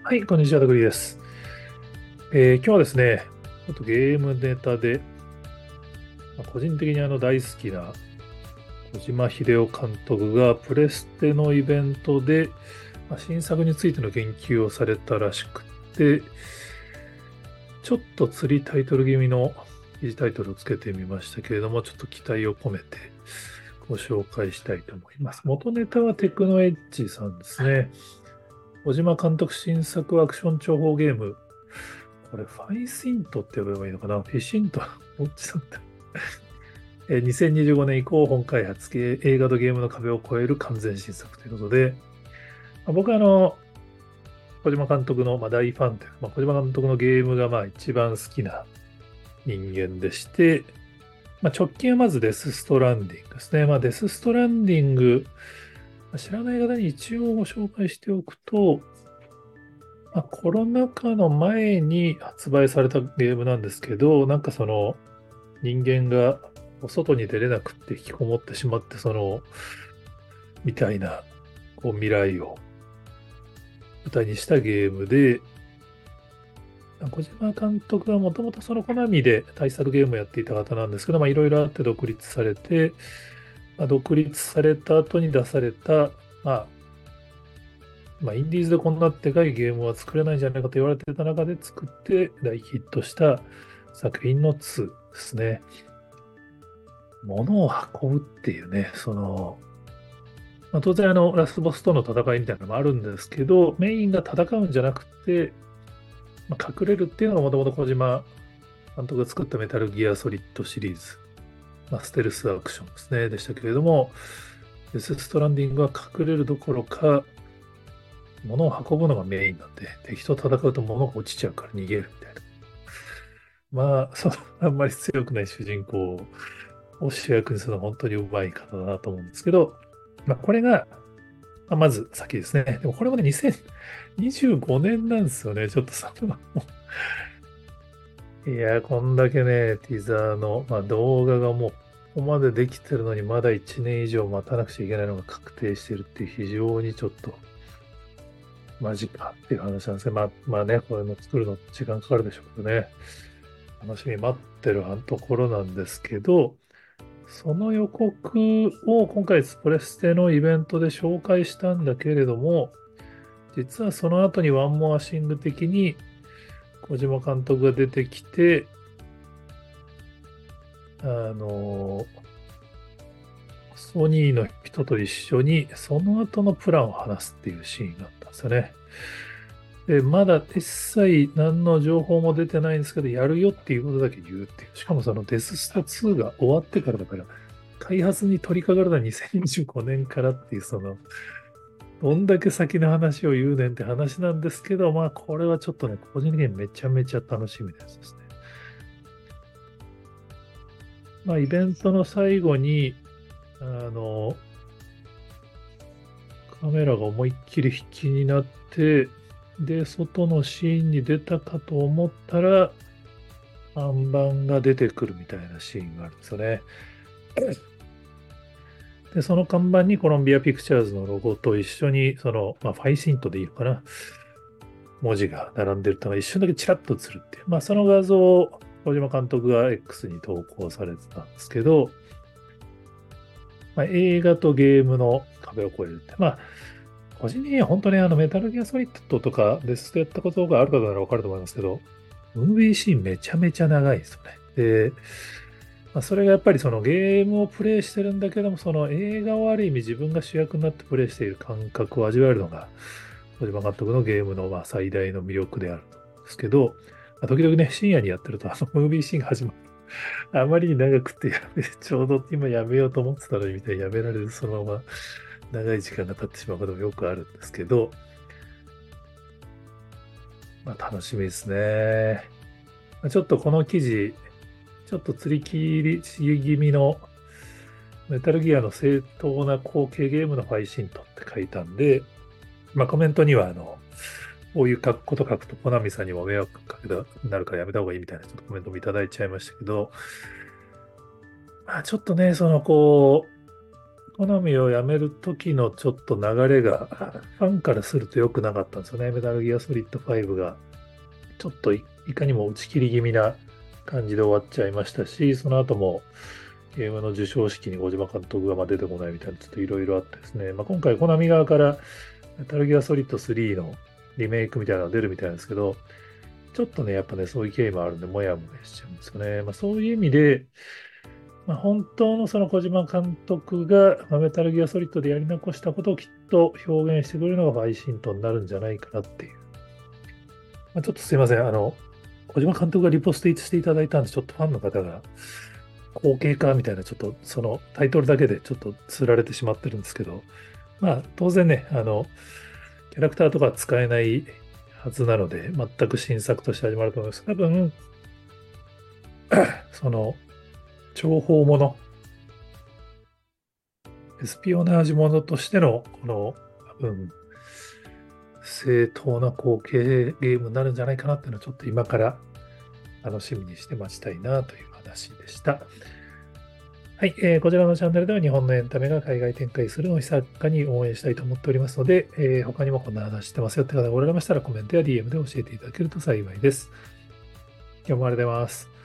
はい、こんにちは、たくりです。今日はですね、ちょっとゲームネタで、個人的に大好きな小島秀夫監督がプレステのイベントで、新作についての研究をされたらしくて、ちょっと釣りタイトル気味の記事タイトルをつけてみましたけれども、ちょっと期待を込めてご紹介したいと思います。元ネタはテクノエッジさんですね。小島監督新作アクション諜報ゲーム、これ、ファイシントって呼べばいいのかな、フィシント、どっちだった。2025年以降、本開発系映画とゲームの壁を越える完全新作ということで、僕は小島監督の大ファンというか、小島監督のゲームが一番好きな人間でして、直近はまずデス・ストランディングですね。デス・ストランディング、知らない方に一応ご紹介しておくと、コロナ禍の前に発売されたゲームなんですけど、なんかその人間がお外に出れなくって引きこもってしまって、みたいな未来を舞台にしたゲームで、小島監督はもともとそのコナミで対策ゲームをやっていた方なんですけど、いろいろあって独立されて、独立された後に出された、インディーズでこんなでかいゲームは作れないんじゃないかと言われてた中で作って大ヒットした作品の2ですね。物を運ぶっていうね、当然ラスボスとの戦いみたいなのもあるんですけど、メインが戦うんじゃなくて、隠れるっていうのがもともと小島監督が作ったメタルギアソリッドシリーズ、ステルスアクションですね、でしたけれども、デス・ストランディングは隠れるどころか、物を運ぶのがメインなんで、敵と戦うと物が落ちちゃうから逃げるみたいな。あんまり強くない主人公を主役にするのは本当にうまい方だなと思うんですけど、これが、まず先ですね。でもこれもね、2025年なんですよね。ちょっといや、こんだけね、ティザーの、動画がもう、ここまでできてるのに、まだ1年以上待たなくちゃいけないのが確定してるっていう、非常にちょっと、マジかっていう話なんですね。ね、これの作るの時間かかるでしょうけどね。楽しみ待ってるところなんですけど、その予告を今回プレステのイベントで紹介したんだけれども、実はその後にワンモアシング的に小島監督が出てきて、あの、ソニーの人と一緒にその後のプランを話すっていうシーンがあったんですよね。で、まだ一切何の情報も出てないんですけど、やるよっていうことだけ言うっていう。しかもそのデススタ2が終わってからだから、開発に取り掛かるのは2025年からっていう、どんだけ先の話を言うねんって話なんですけど、これはちょっとね、個人的にめちゃめちゃ楽しみですね。イベントの最後に、あの、カメラが思いっきり引きになって、で、外のシーンに出たかと思ったら、看板が出てくるみたいなシーンがあるんですよね。で、その看板にコロンビアピクチャーズのロゴと一緒に、ファイシントでいいのかな、文字が並んでるのが一瞬だけチラッと映るっていう、その画像を小島監督が X に投稿されてたんですけど、映画とゲームの壁を越えるって、個人的には本当にメタルギアソリッドとかデスでやったことがある方ならわかると思いますけど、ムービーシーンめちゃめちゃ長いですよね。で、それがやっぱりそのゲームをプレイしてるんだけども、その映画をある意味自分が主役になってプレイしている感覚を味わえるのが、小島監督のゲームの最大の魅力であるんですけど、時々ね、深夜にやってると、ムービーシーンが始まる。あまりに長くてちょうど今やめようと思ってたのにみたいにやめられる、そのまま長い時間が経ってしまうこともよくあるんですけど、楽しみですね。ちょっとこの記事、ちょっと釣り切り気味のメタルギアの正当な後継ゲームのファイシントって書いたんで、コメントにはこういうこと書くと、コナミさんにも迷惑かけたなるからやめた方がいいみたいなちょっとコメントもいただいちゃいましたけど、ちょっとね、 コナミを辞める時のちょっと流れが、ファンからすると良くなかったんですよね。メタルギアソリッド5が、ちょっといかにも打ち切り気味な感じで終わっちゃいましたし、その後もゲームの授賞式に小島監督が出てこないみたいな、ちょっといろいろあってですね、今回コナミ側からメタルギアソリッド3のリメイクみたいなのが出るみたいなんですけど、ちょっとね、やっぱね、そういう経緯もあるんで、もやもやしちゃうんですよね。そういう意味で、本当のその小島監督が、メタルギアソリッドでやり残したことをきっと表現してくれるのがファイシントンになるんじゃないかなっていう。ちょっとすいません。小島監督がリポストしていただいたんで、ちょっとファンの方が、後継かみたいな、ちょっとそのタイトルだけでちょっと釣られてしまってるんですけど、当然ね、キャラクターとかは使えないはずなので、全く新作として始まると思います。多分、その、諜報もの、エスピオナージものとしての、この、多分、正当な後継ゲームになるんじゃないかなっていうのをちょっと今から楽しみにして待ちたいなという話でした。はい、こちらのチャンネルでは日本のエンタメが海外展開するのを久々に応援したいと思っておりますので、他にもこんな話してますよって方がおられましたらコメントや DM で教えていただけると幸いです。今日もありがとうございます。